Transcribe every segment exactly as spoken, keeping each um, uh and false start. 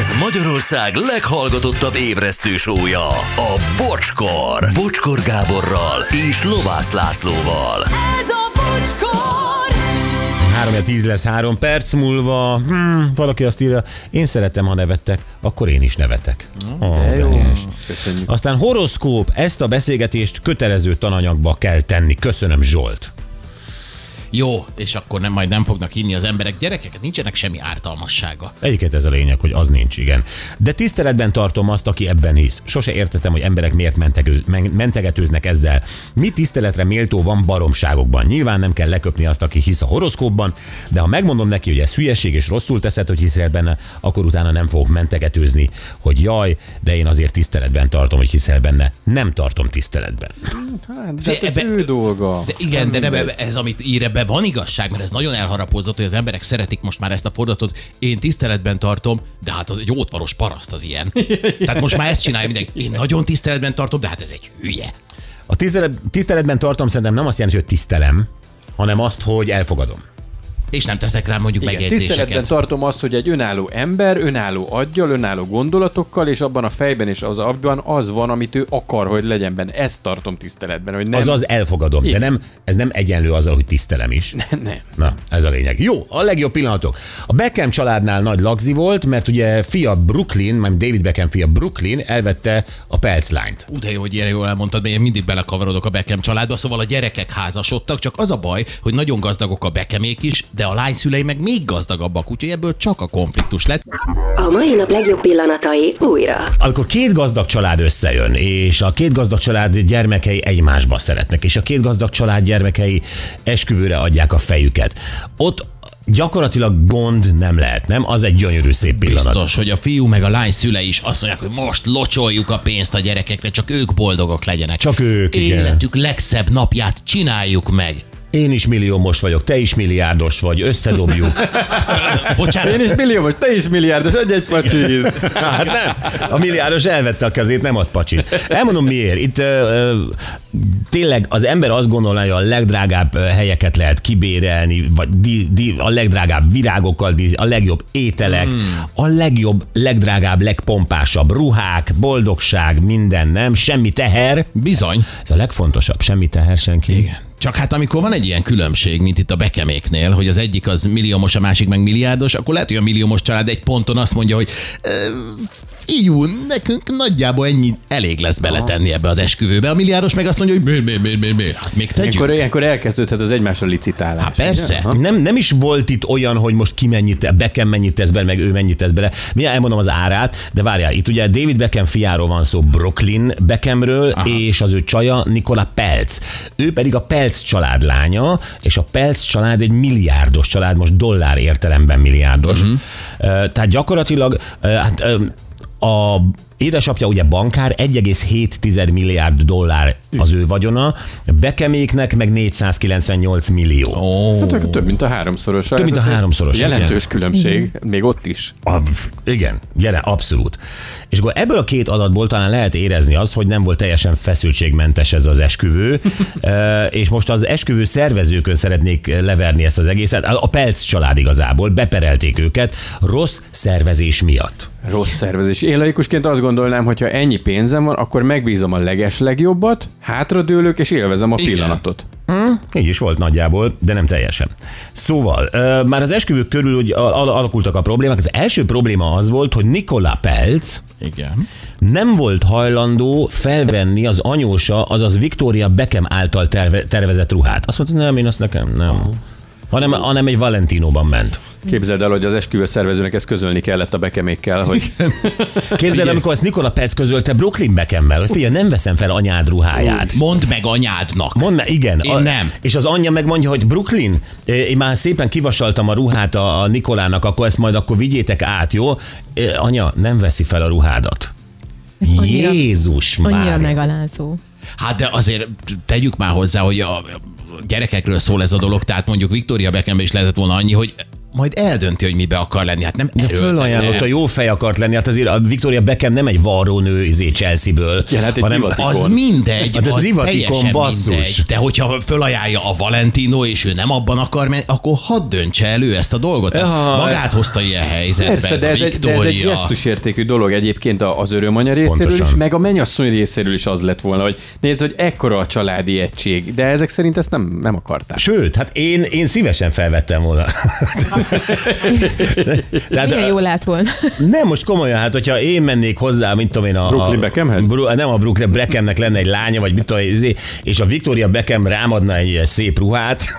Ez Magyarország leghallgatottabb ébresztő show-ja, a Bocskor. Bocskor Gáborral és Lovász Lászlóval. Ez a Bocskor! három tíz lesz három perc múlva. Hmm, valaki azt írja, én szeretem, ha nevettek, akkor én is nevetek. Oh, de jó. Aztán horoszkóp, ezt a beszélgetést kötelező tananyagba kell tenni. Köszönöm, Zsolt. Jó, és akkor nem, majd nem fognak hinni az emberek. Gyerekeket nincsenek semmi ártalmassága. Egyiket ez a lényeg, hogy az nincs, igen. De tiszteletben tartom azt, aki ebben hisz. Sose értettem, hogy emberek miért mentegő, mentegetőznek ezzel. Mi tiszteletre méltó van baromságokban? Nyilván nem kell leköpni azt, aki hisz a horoszkópban, de ha megmondom neki, hogy ez hülyeség és rosszul teszed, hogy hiszel benne, akkor utána nem fogok mentegetőzni, hogy jaj, de én azért tiszteletben tartom, hogy hiszel benne. Nem tartom tiszteletben. Hát, de ez ebbe, ő dolga. De igen, de nem, ez, amit ír, ebben van igazság, mert ez nagyon elharapozott, hogy az emberek szeretik most már ezt a fordulatot. Én tiszteletben tartom, de hát az egy ótvaros paraszt az ilyen. Tehát most már ezt csinálja mindenki. Én nagyon tiszteletben tartom, de hát ez egy hülye. A tisztelet, tiszteletben tartom szerintem nem azt jelenti, hogy tisztelem, hanem azt, hogy elfogadom. És nem teszek rá mondjuk Igen, megjegyzéseket. Tiszteletben tartom azt, hogy egy önálló ember, önálló aggyal, önálló gondolatokkal, és abban a fejben és az abban az van, amit ő akar, hogy legyen benne. Ezt tartom tiszteletben. Hogy nem... Azaz elfogadom, igen. De nem, ez nem egyenlő azzal, hogy tisztelem is. Nem, nem. Na, ez a lényeg. Jó, a legjobb pillanatok. A Beckham családnál nagy lagzi volt, mert ugye fia Brooklyn, majd David Beckham fia Brooklyn elvette a pelclányt. Ú, de jó, hogy ilyen jól elmondtad, mert én mindig belekavarodok a Beckham családba, szóval a gyerekek házasodtak, csak az a baj, hogy nagyon gazdagok a Beckhamék is, de a lányszülei meg még gazdagabbak, úgyhogy ebből csak a konfliktus lett. A mai nap legjobb pillanatai újra. Amikor két gazdag család összejön, és a két gazdag család gyermekei egymásba szeretnek, és a két gazdag család gyermekei esküvőre adják a fejüket, ott gyakorlatilag gond nem lehet, nem? Az egy gyönyörű szép pillanat. Biztos, hogy a fiú meg a lány szülei is azt mondják, hogy most locsoljuk a pénzt a gyerekekre, csak ők boldogok legyenek. Csak ők, igen. Életük legszebb napját csináljuk meg. Én is milliómos vagyok, te is milliárdos vagy, összedobjuk. Bocsánat. Én is milliómos, te is milliárdos, adj egy pacsit. Hát nem, a milliárdos elvette a kezét, nem ad pacsit. Elmondom miért. Itt ö, tényleg az ember azt gondolná, hogy a legdrágább helyeket lehet kibérelni, vagy di, di, a legdrágább virágokkal, di, a legjobb ételek, hmm. a legjobb, legdrágább, legpompásabb ruhák, boldogság, minden, nem? Semmi teher. Bizony. Ez a legfontosabb, semmi teher senki. Igen. Csak hát amikor van egy ilyen különbség, mint itt a Beckhaméknél, hogy az egyik az milliómos, a másik meg milliárdos, akkor lehet, hogy a milliómos család egy ponton azt mondja, hogy fiú, nekünk nagyjából ennyi elég lesz beletenni ebbe az esküvőbe. A milliárdos meg azt mondja, hogy miért, miért, miért, miért, miért? Hát még tegyük. Ilyenkor, ilyenkor elkezdődhet az egymásra licitálás. Hát persze. Nem, nem is volt itt olyan, hogy most ki mennyit, Beckham mennyit tesz bele, meg ő mennyit tesz bele. Mindjárt elmondom az árát, de várjál, itt ugye David Beckham fiáról van szó, Brooklyn Beckhamről, aha, és az ő csaja Nicola Peltz. Ő pedig a Peltz család lánya, és a Peltz család egy milliárdos család, most dollár értelemben milliárdos. Uh-huh. Tehát gyakorlatilag hát, a édesapja ugye bankár, egy egész hét milliárd dollár az ő vagyona, Beckhaméknek meg négyszázkilencvennyolc millió. Oh. Hát több, mint a háromszoros. Több, mint a háromszoros. Jelentős igen. különbség, még ott is. A, igen, jelen, abszolút. És akkor ebből a két adatból talán lehet érezni azt, hogy nem volt teljesen feszültségmentes ez az esküvő, és most az esküvő szervezőkön szeretnék leverni ezt az egészet. A Peltz család igazából, beperelték őket rossz szervezés miatt. Rossz szervezés. Én laikusként azt gondolnám, hogy ha ennyi pénzem van, akkor megbízom a legeslegjobbat, hátradőlök és élvezem a igen. pillanatot. Hmm, így is volt nagyjából, de nem teljesen. Szóval, uh, már az esküvők körül úgy al- alakultak a problémák. Az első probléma az volt, hogy Nicola Peltz igen. nem volt hajlandó felvenni az anyósa, azaz Victoria Beckham által terve- tervezett ruhát. Azt mondta, nem, én azt nekem nem. Oh. Hanem, hanem egy Valentinóban ment. Képzeld el, hogy az esküvő szervezőnek ezt közölni kellett a Beckhamékkel, hogy... Képzeld el, amikor ezt Nicola Peltz közölte Brooklyn Beckham-mel, hogy figyelj, nem veszem fel anyád ruháját. Mondd meg anyádnak. Mondd meg, igen. Én a, nem. És az anyja megmondja, hogy Brooklyn, én már szépen kivasaltam a ruhát a, a Nikolának, akkor ezt majd akkor vigyétek át, jó? Anya, nem veszi fel a ruhádat. Annyira, Jézus már. Annyira megalázó. Hát de azért tegyük már hozzá, hogy a gyerekekről szól ez a dolog, tehát mondjuk Victoria Beckhambe is lehetett volna annyi, hogy majd eldönti, hogy mibe akar lenni. Hát nem De fölajánlott, a jó fej akart lenni, hát azért a Victoria Beckham nem egy varrónő izé Chelsea-ből, Ja, hát egy hanem divatikon. Az mindegy, Hát a az divatikon, teljesen basszus. mindegy. De hogyha fölajánlja a Valentino, és ő nem abban akar menni, akkor hadd döntse elő ezt a dolgot. Ja. Magát hozta ilyen helyzetbe, Persze, ez de a ez, egy, de ez egy Victoria. gesztusértékű dolog egyébként az örömanya részéről Pontosan. is, meg a mennyasszony részéről is az lett volna, hogy nézd, hogy ekkora a családi egység, de ezek szerint ezt nem, nem akarták. Sőt, hát én, én szívesen felvettem volna. Tehát, Milyen jól lát volna. nem, most komolyan, hát hogyha én mennék hozzá, mint tudom én a... Brooklyn a- Beckhamhez? Bru- nem a Brooklyn Beckhamnek lenne egy lánya, vagy mit tudom, én, és a Victoria Beckham rámadna egy ilyen szép ruhát.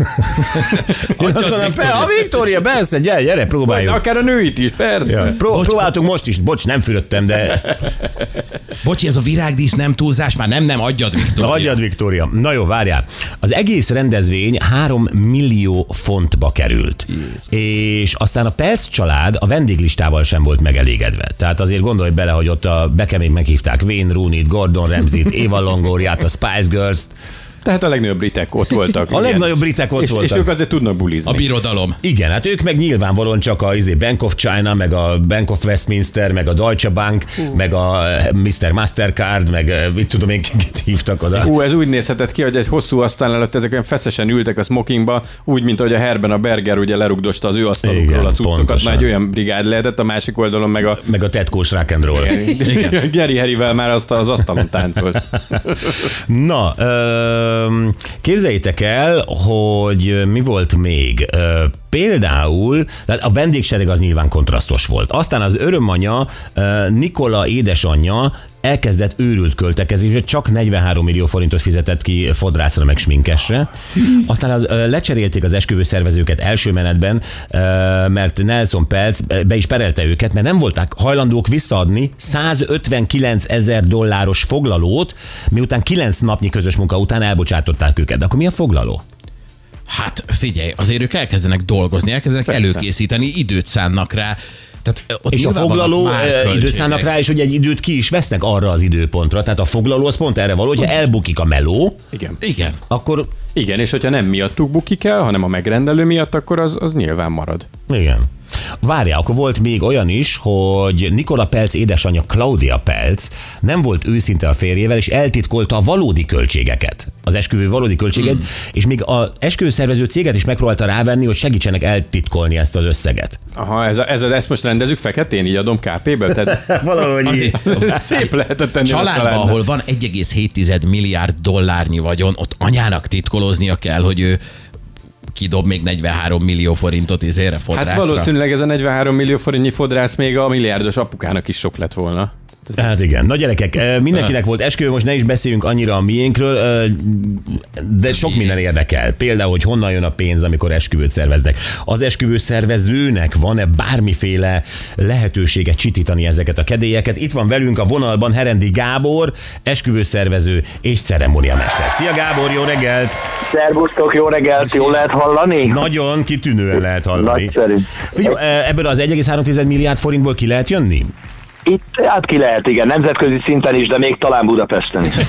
Én azt mondom, Victoria. a Victoria, persze, gyere, gyere, próbáljuk. Akár a nőit is, persze. Ja, pró- Bocs, próbáltunk most is, bocs, nem fürödtem, de Bocsi, ez a virágdísz nem túlzás, már nem, nem, adjad, Victoria. hagyjad, Victoria. Na jó, várjál. Az egész rendezvény három millió fontba került. És aztán a Pelc család a vendéglistával sem volt megelégedve. Tehát azért gondolj bele, hogy ott a Beckhamék meghívták Wayne Rooney-t, Gordon Ramsay-t, Eva Longoriát, a Spice Girls-t. Tehát a legnagyobb britek ott voltak. A igen. legnagyobb britek ott és, voltak. És ők azért tudnak bulizni. A birodalom. Igen, hát ők meg nyilvánvalóan csak a izé, Bank of China, meg a Bank of Westminster, meg a Deutsche Bank, uh. meg a miszter Mastercard, meg eh, mit tudom én, kit hívtak oda. Ú, ez úgy nézhetett ki, hogy egy hosszú asztal előtt ezek olyan feszesen ültek a smokingba, úgy, mint ahogy a Herben a Berger ugye lerugdosta az ő asztalukról Igen, a cuccokat, pontosan. már egy olyan brigád lehetett, a másik oldalon meg a Meg a tetkós rock and roll. Geri Harryvel már azt az asztalon táncolt. Na, ö, képzeljétek el, hogy mi volt még. Ö, Például, tehát a vendégsereg az nyilván kontrasztos volt. Aztán az örömanya, Nikola édesanyja elkezdett őrült költekezésre, csak negyvenhárom millió forintot fizetett ki fodrászra meg sminkesre. Aztán az, lecserélték az esküvő szervezőket első menetben, mert Nelson Peltz be is perelte őket, mert nem voltak hajlandók visszaadni százötvenkilenc ezer dolláros foglalót, miután kilenc napnyi közös munka után elbocsátották őket. De akkor mi a foglaló? Hát figyelj, azért ők elkezdenek dolgozni, elkezdenek Persze. előkészíteni, időt szánnak rá. Tehát ott És a nyilván foglaló vannak már időt szánnak költségek. rá, és hogy egy időt ki is vesznek arra az időpontra. Tehát a foglaló az pont erre való, hogyha elbukik a meló, Igen. Igen. akkor Igen, és hogyha nem miattuk bukik el, hanem a megrendelő miatt, akkor az, az nyilván marad. igen. Várjál, akkor volt még olyan is, hogy Nikola Peltz édesanyja Claudia Peltz nem volt őszinte a férjével, és eltitkolta a valódi költségeket, az esküvő valódi költséget, mm. és még az esküvőszervező céget is megpróbálta rávenni, hogy segítsenek eltitkolni ezt az összeget. Aha, ez a, ez a, ezt most rendezzük feketén, így adom ká pé-ből? Tehát Valahogy így. szép lehetett tenni a Családban, családnak. ahol van egy egész hét milliárd dollárnyi vagyon, ott anyának titkolóznia kell, hogy ő kidob még negyvenhárom millió forintot izére fodrászra. Hát valószínűleg ez a negyvenhárom millió forintnyi fodrász még a milliárdos apukának is sok lett volna. Hát igen. Na gyerekek, mindenkinek volt esküvő, most ne is beszéljünk annyira a miénkről, de sok minden érdekel. Például, hogy honnan jön a pénz, amikor esküvőt szerveznek. Az esküvő szervezőnek van-e bármiféle lehetősége csitítani ezeket a kedélyeket? Itt van velünk a vonalban Herendi Gábor, esküvőszervező és ceremóniamester. Szia Gábor, jó reggelt! Szervusztok, jó reggelt, jól lehet hallani? Nagyon kitűnően lehet hallani. Nagyszerű. Figyelj, ebből az egy egész három milliárd forintból ki lehet jönni? Itt hát ki lehet, igen, nemzetközi szinten is, de még talán Budapesten is.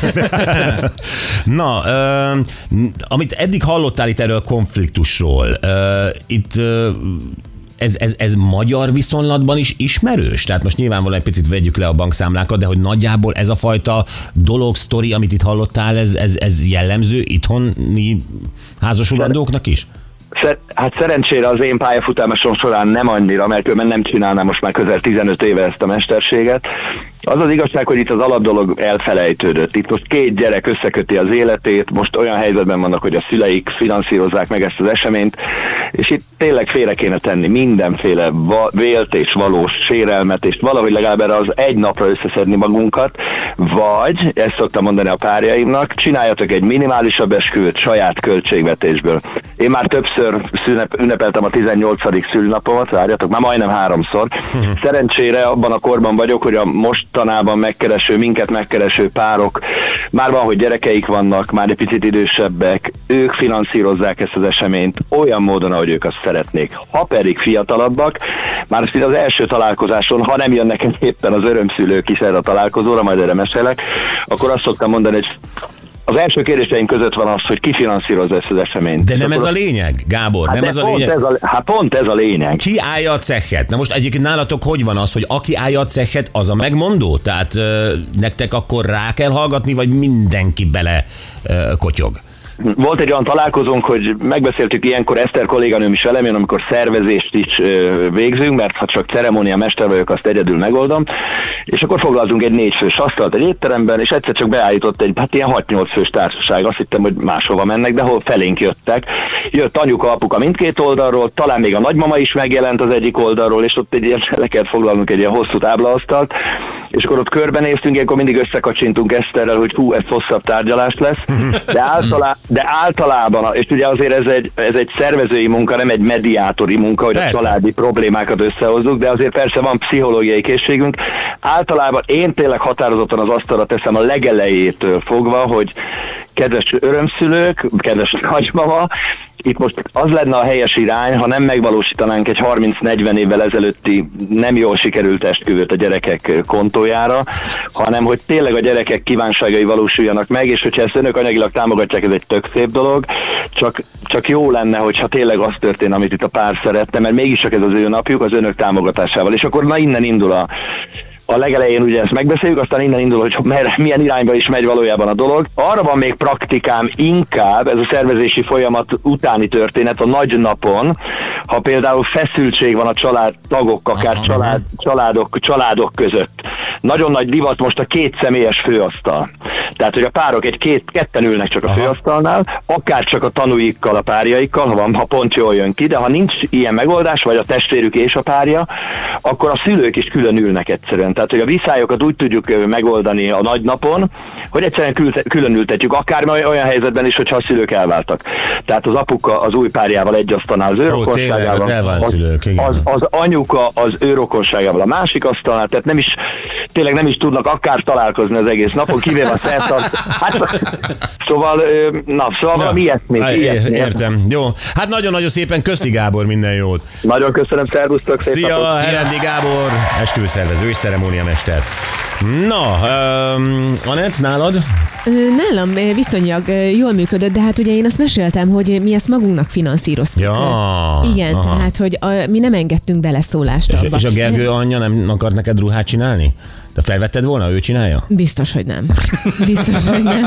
Na, ö, amit eddig hallottál itt erről a konfliktusról, ö, itt ö, ez, ez, ez magyar viszonylatban is ismerős? Tehát most nyilvánvalóan egy picit vegyük le a bankszámlákat, de hogy nagyjából ez a fajta dolog, sztori, amit itt hallottál, ez, ez, ez jellemző itthoni házasulandóknak is? Szer- hát szerencsére az én pályafutásom során nem annyira, mert különben nem csinálnám most már közel tizenöt éve ezt a mesterséget. Az az igazság, hogy itt az alapdolog elfelejtődött. Itt most két gyerek összeköti az életét, most olyan helyzetben vannak, hogy a szüleik finanszírozzák meg ezt az eseményt, és itt tényleg félre kéne tenni mindenféle va- vélt és valós sérelmet, és valahogy legalább erre az egy napra összeszedni magunkat, vagy, ezt szoktam mondani a párjaimnak, csináljatok egy minimálisabb esküvőt saját költségvetésből. Én már többször szünep, ünnepeltem a tizennyolcadik szülinapomat, várjatok, már majdnem háromszor. Szerencsére abban a korban vagyok, hogy a mostanában megkereső, minket megkereső párok, már van, hogy gyerekeik vannak, már egy picit idősebbek, ők finanszírozzák ezt az eseményt olyan módon, ahogy ők azt szeretnék. Ha pedig fiatalabbak, már az első találkozáson, ha nem jönnek éppen az örömszülők is erre a találkozóra, majd erre mesélek, akkor azt szoktam mondani, hogy Az első kérdéseim között van az, hogy ki finanszírozza ezt az eseményt. De nem ez a lényeg, Gábor, hát nem ez a lényeg. Ez a, hát pont ez a lényeg. Ki állja a cechet? Na most egyébként nálatok hogy van az, hogy aki állja a cechet, az a megmondó? Tehát ö, nektek akkor rá kell hallgatni, vagy mindenki bele ö, kotyog? Volt egy olyan találkozónk, hogy megbeszéltük ilyenkor Eszter kolléganőm is velem, én amikor szervezést is ö, végzünk, mert ha csak ceremóniamester vagyok, azt egyedül megoldom, és akkor foglaltunk egy négyfős asztalt egy étteremben, és egyszer csak beállított egy, hát ilyen hat-nyolc fős társaság, azt hittem, hogy máshova mennek, de hol felénk jöttek. Jött anyuka, apuka mindkét oldalról, talán még a nagymama is megjelent az egyik oldalról, és ott egy ilyen, le kellett foglalnunk egy ilyen hosszú táblaasztalt, és akkor ott körbenéztünk, akkor mindig összekacsintunk Eszterrel, hogy hú, ez hosszabb tárgyalás lesz, de általában De általában, és ugye azért ez egy, ez egy szervezői munka, nem egy mediátori munka, hogy persze. A családi problémákat összehozzuk, de azért persze van pszichológiai készségünk. Általában én tényleg határozottan az asztalra teszem a legelejétől fogva, hogy kedves örömszülők, kedves nagymama, itt most az lenne a helyes irány, ha nem megvalósítanánk egy harminc-negyven évvel ezelőtti nem jól sikerült esküvőt a gyerekek kontójára, hanem hogy tényleg a gyerekek kívánságai valósuljanak meg, és hogyha ezt önök anyagilag támogatják, ez egy tök szép dolog, csak, csak jó lenne, hogyha tényleg az történne, amit itt a pár szeretne, mert mégiscsak ez az ő napjuk az önök támogatásával, és akkor na innen indul a A legelején ugye ezt megbeszéljük, aztán innen indul, hogy mer, milyen irányba is megy valójában a dolog. Arra van még praktikám inkább, ez a szervezési folyamat utáni történet a nagy napon, ha például feszültség van a család tagok, akár család, családok, családok között. Nagyon nagy divat most a két személyes főasztal. Tehát, hogy a párok egy két, ketten ülnek csak a Aha. főasztalnál, akár csak a tanúikkal, a párjaikkal, ha, van, ha pont jól jön ki, de ha nincs ilyen megoldás, vagy a testvérük és a párja, akkor a szülők is külön ülnek egyszerűen. Tehát, hogy a viszályokat úgy tudjuk megoldani a nagy napon, hogy egyszerűen kül- külön ültetjük, akár olyan helyzetben is, hogyha a szülők elváltak. Tehát az apuka az új párjával egy asztalnál, az ő rokonságával, az, szülők, az, az anyuka az ő rokonságával a másik asztalnál, tehát nem is, tényleg nem is tudnak akár találkozni az egész napon, kivéve a szertart. Hát, szóval, na, szóval ja. valami ilyesmi. ilyesmi. Értem. Jó. Hát nagyon-nagyon szépen köszi, Gábor, minden jót. Nagyon köszönöm, szervusztok. Szia, Herendi Gábor, esküvőszervező és ceremóniamester. Na, um, Anett, nálad? Nálam viszonylag jól működött, de hát ugye én azt meséltem, hogy mi ezt magunknak finanszíroztuk. Ja, igen, aha. Tehát, hogy a, mi nem engedtünk beleszólást abba. És, és a Gergő anyja nem akart neked ruhát csinálni? Te felvetted volna, ő csinálja? Biztos, hogy nem. Biztos, hogy nem.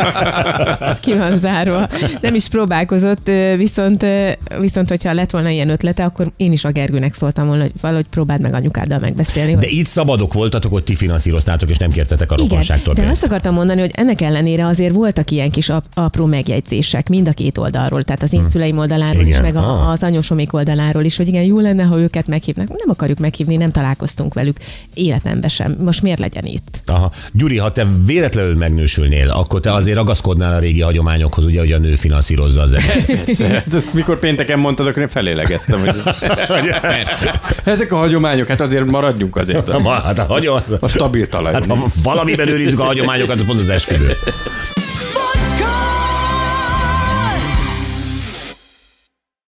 Ki van zárva. Nem is próbálkozott, viszont, viszont hogyha lett volna ilyen ötlete, akkor én is a Gergőnek szóltam volna, hogy valahogy próbáld meg anyukáddal megbeszélni. De hogy... itt szabadok voltatok, hogy ti finanszíroztátok, és nem kértetek a rokonságtól. Igen, de azt akartam mondani, hogy ennek ellenére azért voltak ilyen kis apró megjegyzések mind a két oldalról, tehát az én hmm. szüleim oldaláról igen. is, meg a, ah. az anyósomék oldaláról is, hogy igen, jó lenne, ha őket meghívnak. Nem akarjuk meghívni, nem találkoztunk velük életemben sem. Most miért legyen itt? Aha. Gyuri, ha te véletlenül megnősülnél, akkor te azért ragaszkodnál a régi hagyományokhoz, ugye, hogy a nő finanszírozza az egészet. Mikor pénteken mondtad, akkor én felélegeztem. Hogy ez... Persze. Ezek a hagyományok, hát azért maradjunk azért. A, hát a, hagyom... a stabil talajon. Hát ha valamiben őrizzük a hagyományokat, pont az esküvő.